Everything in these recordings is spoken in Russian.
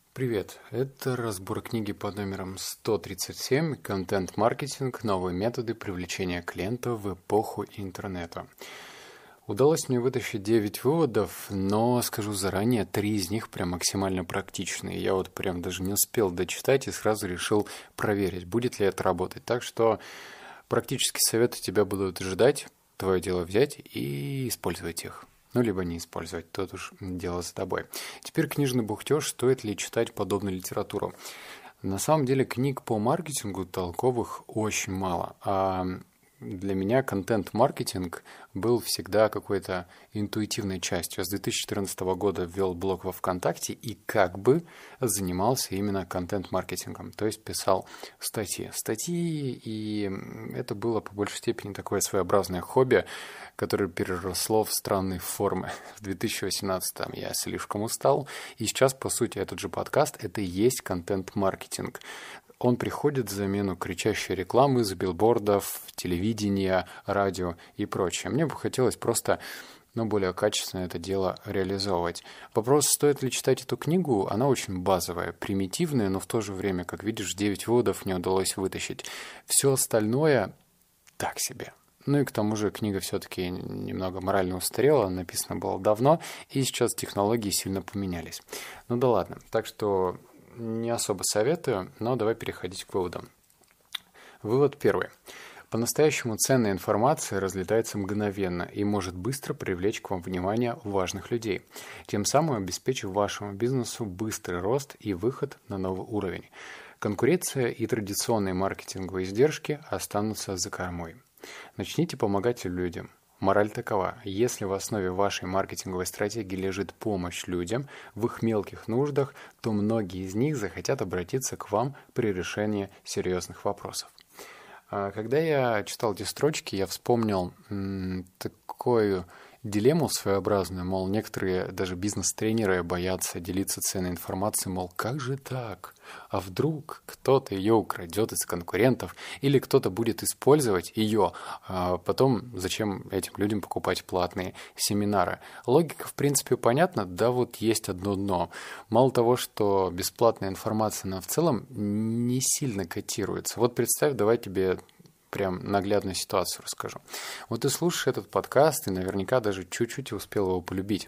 Привет, это разбор книги под номером 137 «Контент-маркетинг. Новые методы привлечения клиентов в эпоху интернета». Удалось мне вытащить 9 выводов, но, скажу заранее, 3 из них прям максимально практичные. Я вот прям даже не успел дочитать и сразу решил проверить, будет ли это работать. Так что практические советы тебя будут ожидать, твое дело взять и использовать их. Ну, либо не использовать, тут уж дело за тобой. Теперь книжный бухтеж, стоит ли читать подобную литературу. На самом деле книг по маркетингу толковых очень мало, а для меня контент-маркетинг был всегда какой-то интуитивной частью. Я с 2014 года ввел блог во ВКонтакте и как бы занимался именно контент-маркетингом, то есть писал статьи, и это было по большей степени такое своеобразное хобби, которое переросло в странные формы. В 2018 я слишком устал, и сейчас, по сути, этот же подкаст — это и есть контент-маркетинг. Он приходит в замену кричащей рекламы с билбордов, телевидения, радио и прочее. Мне бы хотелось просто, более качественно это дело реализовывать. Вопрос, стоит ли читать эту книгу, она очень базовая, примитивная, но в то же время, как видишь, 9 выводов не удалось вытащить. Все остальное так себе. Ну и к тому же книга все-таки немного морально устарела, написана была давно, и сейчас технологии сильно поменялись. Ну да ладно, так что не особо советую, но давай переходить к выводам. Вывод первый. По-настоящему ценная информация разлетается мгновенно и может быстро привлечь к вам внимание важных людей, тем самым обеспечив вашему бизнесу быстрый рост и выход на новый уровень. Конкуренция и традиционные маркетинговые издержки останутся за кормой. Начните помогать людям. Мораль такова: если в основе вашей маркетинговой стратегии лежит помощь людям в их мелких нуждах, то многие из них захотят обратиться к вам при решении серьезных вопросов. Когда я читал эти строчки, я вспомнил такую дилемму своеобразную, мол, некоторые даже бизнес-тренеры боятся делиться ценной информацией, мол, как же так? А вдруг кто-то ее украдет из конкурентов или кто-то будет использовать ее, а потом зачем этим людям покупать платные семинары? Логика, в принципе, понятна, да, вот есть одно дно. Мало того, что бесплатная информация, она в целом не сильно котируется. Вот представь, давай тебе прям наглядную ситуацию расскажу. Вот ты слушаешь этот подкаст и наверняка даже чуть-чуть успел его полюбить.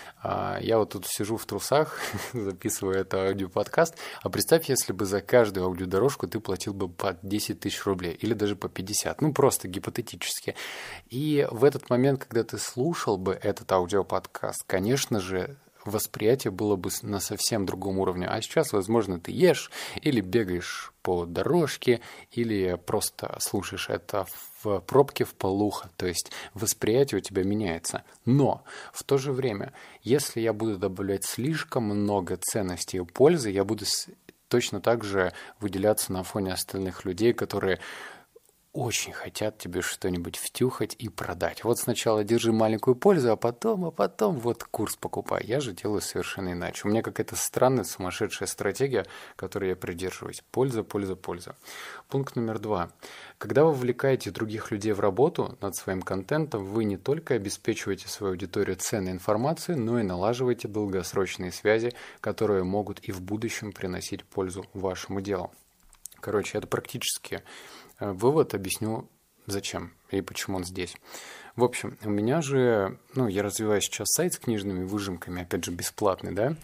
Я вот тут сижу в трусах, записываю этот аудиоподкаст, а представь, если бы за каждую аудиодорожку ты платил бы по 10 тысяч рублей или даже по 50, просто гипотетически. И в этот момент, когда ты слушал бы этот аудиоподкаст, конечно же, восприятие было бы на совсем другом уровне. А сейчас, возможно, ты ешь или бегаешь по дорожке, или просто слушаешь это в пробке в полухо. То есть восприятие у тебя меняется. Но в то же время, если я буду добавлять слишком много ценностей и пользы, я буду точно так же выделяться на фоне остальных людей, которые очень хотят тебе что-нибудь втюхать и продать. Вот сначала держи маленькую пользу, а потом вот курс покупай. Я же делаю совершенно иначе. У меня какая-то странная, сумасшедшая стратегия, которой я придерживаюсь. Польза, польза, польза. Пункт номер 2. Когда вы вовлекаете других людей в работу над своим контентом, вы не только обеспечиваете свою аудиторию ценной информацией, но и налаживаете долгосрочные связи, которые могут и в будущем приносить пользу вашему делу. Короче, это практически вывод, объясню, зачем и почему он здесь. В общем, у меня же, я развиваю сейчас сайт с книжными выжимками, опять же, бесплатный, да,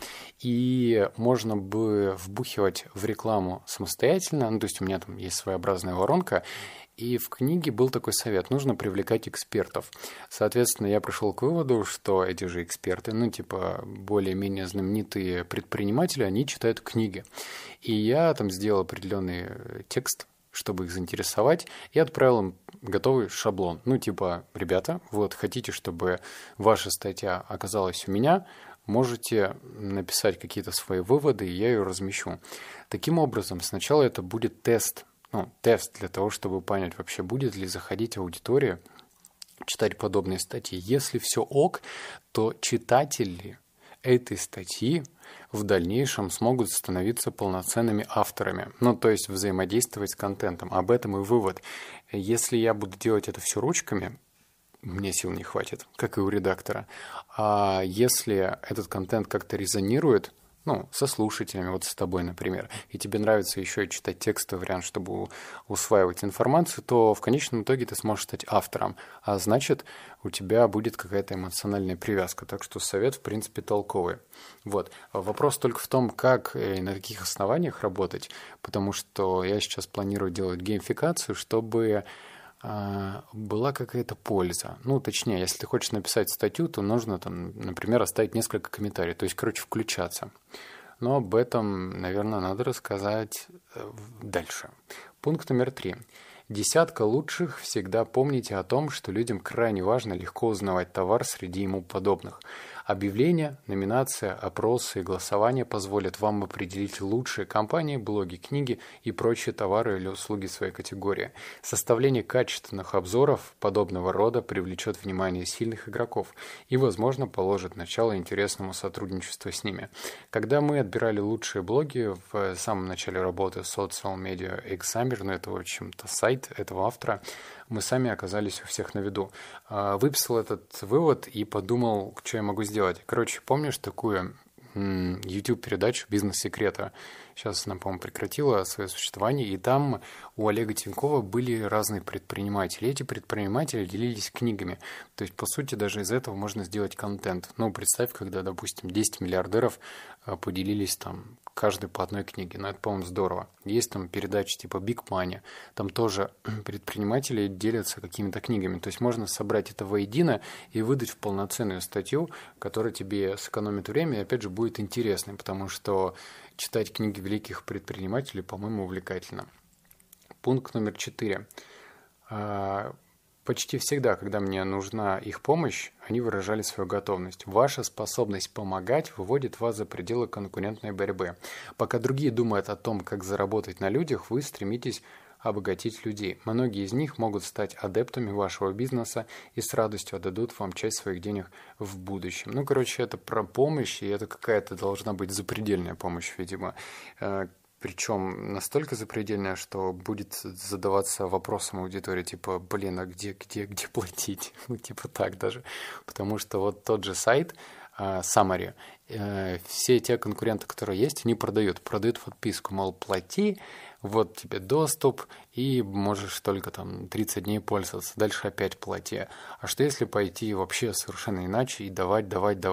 и можно бы вбухивать в рекламу самостоятельно, то есть у меня там есть своеобразная воронка, и в книге был такой совет: нужно привлекать экспертов. Соответственно, я пришел к выводу, что эти же эксперты, более-менее знаменитые предприниматели, они читают книги. И я там сделал определенный текст, чтобы их заинтересовать, и отправил им готовый шаблон. Ребята, вот хотите, чтобы ваша статья оказалась у меня, можете написать какие-то свои выводы, и я ее размещу. Таким образом, сначала это будет тест для того, чтобы понять, вообще будет ли заходить аудитория читать подобные статьи. Если все ок, то читатели этой статьи в дальнейшем смогут становиться полноценными авторами, то есть взаимодействовать с контентом. Об этом и вывод. Если я буду делать это все ручками, мне сил не хватит, как и у редактора. А если этот контент как-то резонирует ну, со слушателями, вот с тобой, например, и тебе нравится еще и читать текстовый вариант, чтобы усваивать информацию, то в конечном итоге ты сможешь стать автором, а значит, у тебя будет какая-то эмоциональная привязка, так что совет, в принципе, толковый. Вот. Вопрос только в том, как и на каких основаниях работать, потому что я сейчас планирую делать геймификацию, чтобы была какая-то польза. Ну, точнее, если ты хочешь написать статью, то нужно, там, например, оставить несколько комментариев, то есть, короче, включаться. Но об этом, наверное, надо рассказать дальше. Пункт номер 3. Десятка лучших. Всегда помните о том, что людям крайне важно легко узнавать товар среди ему подобных. Объявления, номинация, опросы и голосования позволят вам определить лучшие компании, блоги, книги и прочие товары или услуги своей категории. Составление качественных обзоров подобного рода привлечет внимание сильных игроков и, возможно, положит начало интересному сотрудничеству с ними. Когда мы отбирали лучшие блоги в самом начале работы Social Media Examiner, ну это, в общем-то, сайт этого автора, мы сами оказались у всех на виду. Выписал этот вывод и подумал, что я могу сделать. Короче, помнишь такую YouTube-передачу «Бизнес-секреты»? Сейчас она, по-моему, прекратила свое существование, и там у Олега Тинькова были разные предприниматели. Эти предприниматели делились книгами. То есть, по сути, даже из этого можно сделать контент. Ну, представь, когда, допустим, 10 миллиардеров поделились там каждый по одной книге. Ну, это, по-моему, здорово. Есть там передачи типа Big Money. Там тоже предприниматели делятся какими-то книгами. То есть можно собрать это воедино и выдать в полноценную статью, которая тебе сэкономит время и, опять же, будет интересной, потому что читать книги великих предпринимателей, по-моему, увлекательно. Пункт номер 4. Почти всегда, когда мне нужна их помощь, они выражали свою готовность. Ваша способность помогать выводит вас за пределы конкурентной борьбы. Пока другие думают о том, как заработать на людях, вы стремитесь обогатить людей. Многие из них могут стать адептами вашего бизнеса и с радостью отдадут вам часть своих денег в будущем. Ну, короче, это про помощь, и это какая-то должна быть запредельная помощь, видимо. Причем настолько запредельная, что будет задаваться вопросом аудитории, типа, блин, а где платить? Ну, типа так даже. Потому что вот тот же сайт, Summary, все те конкуренты, которые есть, они продают подписку, мол, плати, вот тебе доступ, и можешь только там 30 дней пользоваться, дальше опять плати. А что если пойти вообще совершенно иначе и давать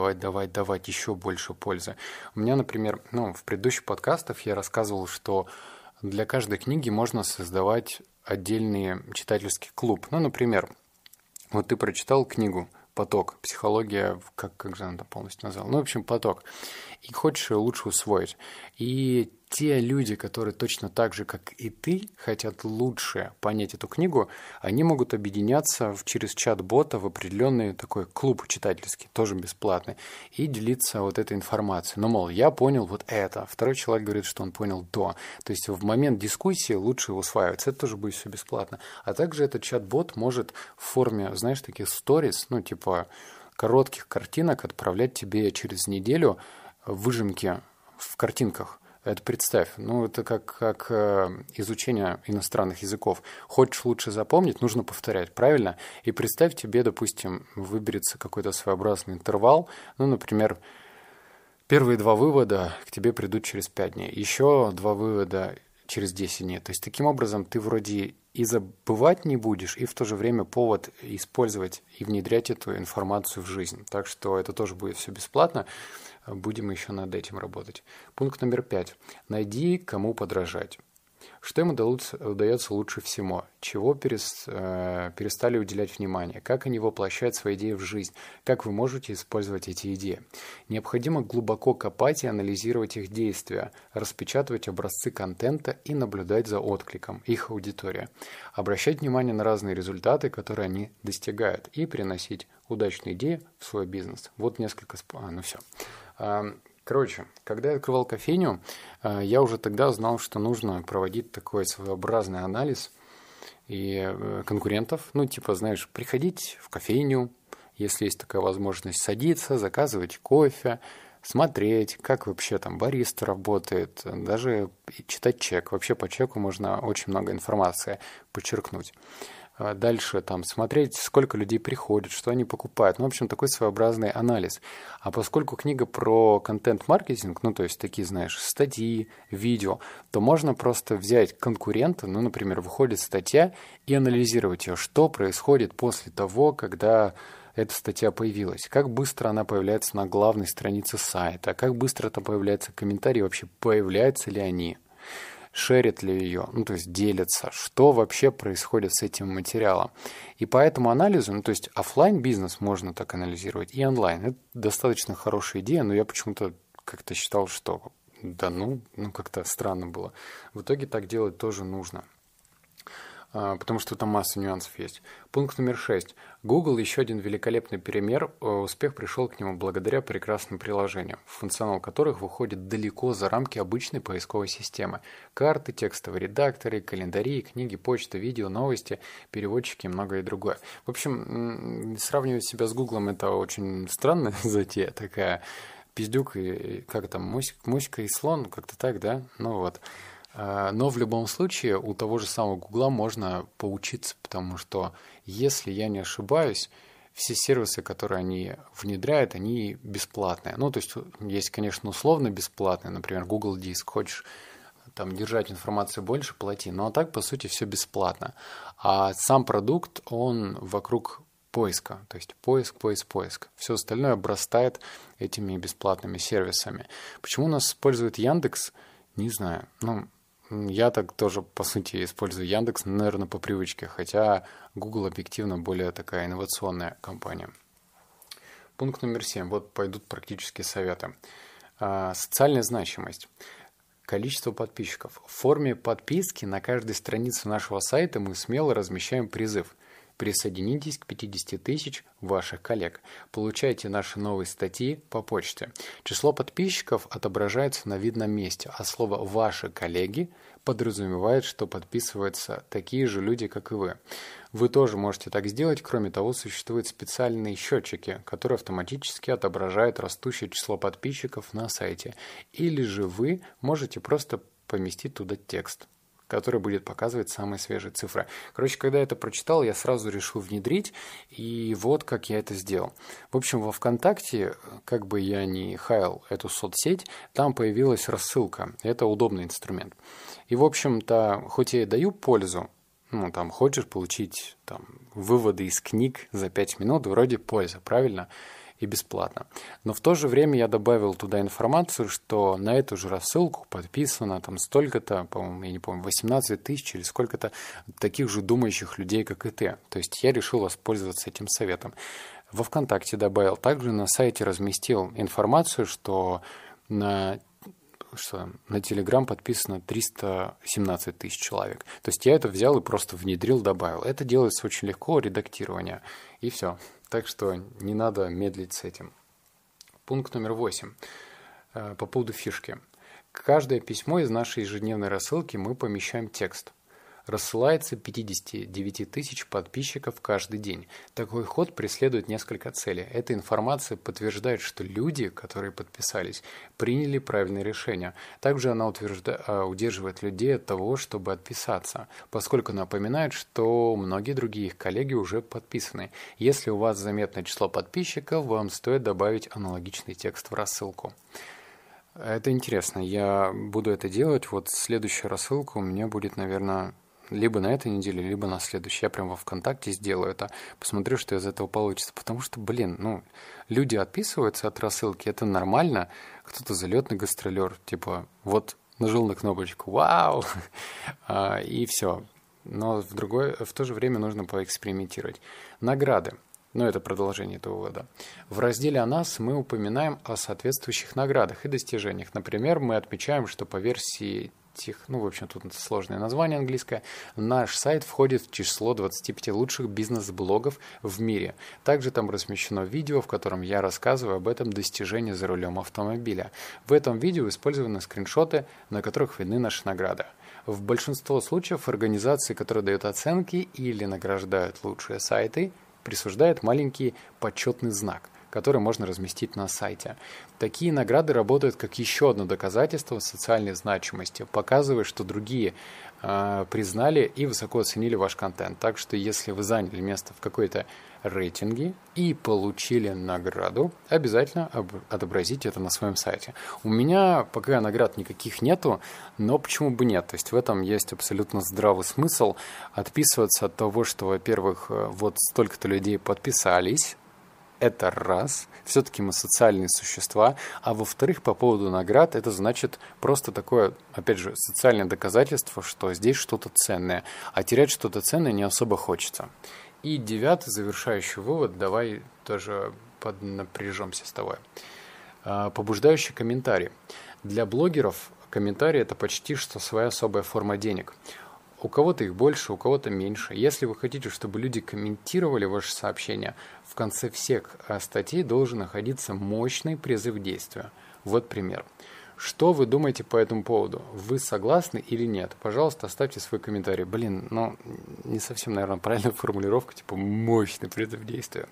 еще больше пользы? У меня, например, в предыдущих подкастах я рассказывал, что для каждой книги можно создавать отдельный читательский клуб. Ну, например, вот ты прочитал книгу «Поток. Психология», как же она там полностью назвала? Ну, в общем, «Поток». И хочешь ее лучше усвоить. И те люди, которые точно так же, как и ты, хотят лучше понять эту книгу, они могут объединяться через чат-бота в определенный такой клуб читательский, тоже бесплатный, и делиться вот этой информацией. Ну, мол, я понял вот это. Второй человек говорит, что он понял то. То есть в момент дискуссии лучше усваивается. Это тоже будет все бесплатно. А также этот чат-бот может в форме, знаешь, таких stories, ну, типа коротких картинок отправлять тебе через неделю выжимки в картинках. Это представь, это как изучение иностранных языков. Хочешь лучше запомнить, нужно повторять, правильно? И представь, тебе, допустим, выберется какой-то своеобразный интервал, например, первые 2 вывода к тебе придут через 5 дней, еще 2 вывода через 10 дней. То есть таким образом ты вроде и забывать не будешь, и в то же время повод использовать и внедрять эту информацию в жизнь. Так что это тоже будет все бесплатно. Будем еще над этим работать. Пункт номер 5. Найди, кому подражать. Что им удается лучше всего? Чего перестали уделять внимание? Как они воплощают свои идеи в жизнь? Как вы можете использовать эти идеи? Необходимо глубоко копать и анализировать их действия, распечатывать образцы контента и наблюдать за откликом их аудитории. Обращать внимание на разные результаты, которые они достигают, и приносить удачные идеи в свой бизнес. Вот несколько... все. Короче, когда я открывал кофейню, я уже тогда знал, что нужно проводить такой своеобразный анализ и конкурентов. Приходить в кофейню, если есть такая возможность, садиться, заказывать кофе, смотреть, как вообще там бариста работает, даже читать чек. Вообще по чеку можно очень много информации подчеркнуть. Дальше там смотреть, сколько людей приходит, что они покупают. Ну, в общем, такой своеобразный анализ. А поскольку книга про контент-маркетинг, ну, то есть такие, знаешь, статьи, видео, то можно просто взять конкурента, ну, например, выходит статья, и анализировать ее, что происходит после того, когда эта статья появилась, как быстро она появляется на главной странице сайта, как быстро там появляются комментарии, вообще появляются ли они, шерят ли ее, ну, то есть делятся, что вообще происходит с этим материалом. И по этому анализу, ну, то есть офлайн бизнес можно так анализировать, и онлайн. Это достаточно хорошая идея, но я почему-то как-то считал, что да, ну как-то странно было. В итоге так делать тоже нужно, потому что там масса нюансов есть. Пункт номер 6. Google еще один великолепный пример. Успех пришел к нему благодаря прекрасным приложениям, функционал которых выходит далеко за рамки обычной поисковой системы. Карты, текстовые редакторы, календари, книги, почта, видео, новости, переводчики и многое другое. В общем, сравнивать себя с Google — это очень странная затея такая. Пиздюк и как там, моська и слон, как-то так, да? Ну вот. Но в любом случае у того же самого Гугла можно поучиться, потому что, если я не ошибаюсь, все сервисы, которые они внедряют, они бесплатные. Ну, то есть, конечно, условно бесплатные, например, Google Диск. Хочешь там держать информацию больше — плати. Ну, а так, по сути, все бесплатно. А сам продукт, он вокруг поиска, то есть поиск. Все остальное обрастает этими бесплатными сервисами. Почему у нас используют Яндекс? Не знаю. Ну, я так тоже, по сути, использую Яндекс, наверное, по привычке, хотя Google объективно более такая инновационная компания. Пункт номер 7. Вот пойдут практические советы. Социальная значимость. Количество подписчиков. В форме подписки на каждой странице нашего сайта мы смело размещаем призыв. Присоединитесь к 50 тысяч ваших коллег. Получайте наши новые статьи по почте. Число подписчиков отображается на видном месте, а слово «ваши коллеги» подразумевает, что подписываются такие же люди, как и вы. Вы тоже можете так сделать. Кроме того, существуют специальные счетчики, которые автоматически отображают растущее число подписчиков на сайте. Или же вы можете просто поместить туда текст, который будет показывать самые свежие цифры. Короче, когда я это прочитал, я сразу решил внедрить, и вот как я это сделал. В общем, во ВКонтакте, как бы я ни хаял эту соцсеть, там появилась рассылка. Это удобный инструмент. И, в общем-то, хоть я и даю пользу, ну, там, хочешь получить там выводы из книг за 5 минут, вроде польза, правильно? И бесплатно. Но в то же время я добавил туда информацию, что на эту же рассылку подписано там столько-то, по-моему, я не помню, 18 тысяч или сколько-то таких же думающих людей, как и ты. То есть я решил воспользоваться этим советом. Во ВКонтакте добавил. Также на сайте разместил информацию, что на Telegram подписано 317 тысяч человек. То есть я это взял и просто внедрил, добавил. Это делается очень легко, редактирование, и все. Так что не надо медлить с этим. Пункт номер 8. По поводу фишки. Каждое письмо из нашей ежедневной рассылки мы помещаем текст. Рассылается 59 тысяч подписчиков каждый день. Такой ход преследует несколько целей. Эта информация подтверждает, что люди, которые подписались, приняли правильное решение. Также она удерживает людей от того, чтобы отписаться, поскольку напоминает, что многие другие их коллеги уже подписаны. Если у вас заметное число подписчиков, вам стоит добавить аналогичный текст в рассылку. Это интересно. Я буду это делать. Вот следующая рассылка у меня будет, наверное, либо на этой неделе, либо на следующей. Я прям во ВКонтакте сделаю это. Посмотрю, что из этого получится. Потому что, люди отписываются от рассылки. Это нормально. Кто-то залетный гастролер. Типа, вот нажал на кнопочку. Вау! И все. Но в то же время нужно поэкспериментировать. Награды. Это продолжение этого вывода. В разделе «О нас» мы упоминаем о соответствующих наградах и достижениях. Например, мы отмечаем, что по версии тут сложное название английское, наш сайт входит в число 25 лучших бизнес-блогов в мире. Также там размещено видео, в котором я рассказываю об этом достижении за рулем автомобиля. В этом видео использованы скриншоты, на которых видны наши награды. В большинстве случаев организации, которые дают оценки или награждают лучшие сайты, присуждают маленький почетный знак, который можно разместить на сайте. Такие награды работают как еще одно доказательство социальной значимости, показывая, что другие признали и высоко оценили ваш контент. Так что если вы заняли место в какой-то рейтинге и получили награду, обязательно отобразите это на своем сайте. У меня пока наград никаких нету, но почему бы нет? То есть в этом есть абсолютно здравый смысл отписываться от того, что, во-первых, вот столько-то людей подписались. Это раз. Все-таки мы социальные существа. А во-вторых, по поводу наград, это значит просто такое, опять же, социальное доказательство, что здесь что-то ценное. А терять что-то ценное не особо хочется. И 9-й, завершающий вывод, давай тоже поднапряжемся с тобой. Побуждающий комментарий. Для блогеров комментарий – это почти что своя особая форма денег. У кого-то их больше, у кого-то меньше. Если вы хотите, чтобы люди комментировали ваши сообщения, в конце всех статей должен находиться мощный призыв к действию. Вот пример. Что вы думаете по этому поводу? Вы согласны или нет? Пожалуйста, оставьте свой комментарий. Не совсем, наверное, правильная формулировка, типа мощный призыв к действию.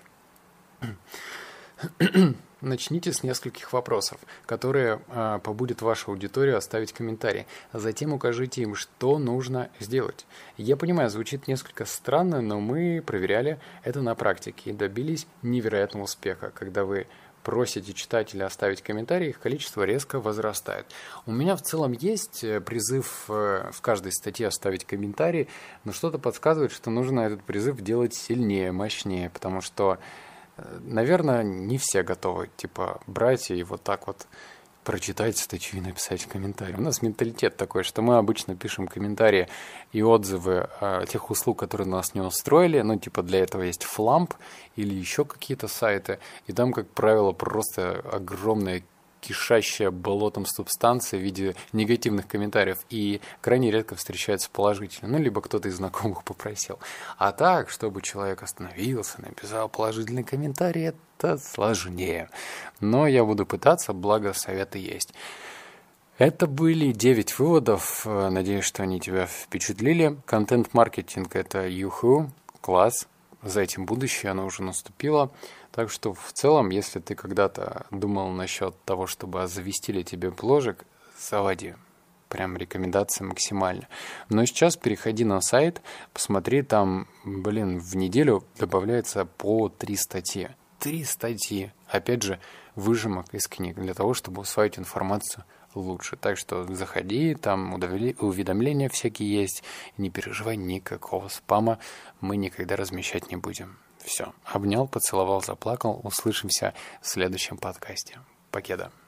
Начните с нескольких вопросов, которые побудят вашу аудиторию оставить комментарий. Затем укажите им, что нужно сделать. Я понимаю, звучит несколько странно, но мы проверяли это на практике и добились невероятного успеха. Когда вы просите читателя оставить комментарий, их количество резко возрастает. У меня в целом есть призыв в каждой статье оставить комментарий, но что-то подсказывает, что нужно этот призыв делать сильнее, мощнее, потому что наверное, не все готовы, брать и вот так вот прочитать статью и написать комментарий. У нас менталитет такой, что мы обычно пишем комментарии и отзывы тех услуг, которые нас не устроили. Для этого есть Flamp или еще какие-то сайты. И там, как правило, просто огромное кишащая болотом субстанция в виде негативных комментариев и крайне редко встречается положительно. Либо кто-то из знакомых попросил. А так, чтобы человек остановился, написал положительный комментарий, это сложнее. Но я буду пытаться, благо советы есть. Это были 9 выводов. Надеюсь, что они тебя впечатлили. Контент-маркетинг – это юху, класс. За этим будущее, оно уже наступило. Так что в целом, если ты когда-то думал насчет того, чтобы завести ли тебе бложек, заводи. Прям рекомендация максимально. Но сейчас переходи на сайт, посмотри, там, в неделю добавляется по 3 статьи. 3 статьи. Опять же, выжимок из книг для того, чтобы усвоить информацию лучше. Так что заходи, там уведомления всякие есть. Не переживай, никакого спама мы никогда размещать не будем. Все. Обнял, поцеловал, заплакал. Услышимся в следующем подкасте. Покеда.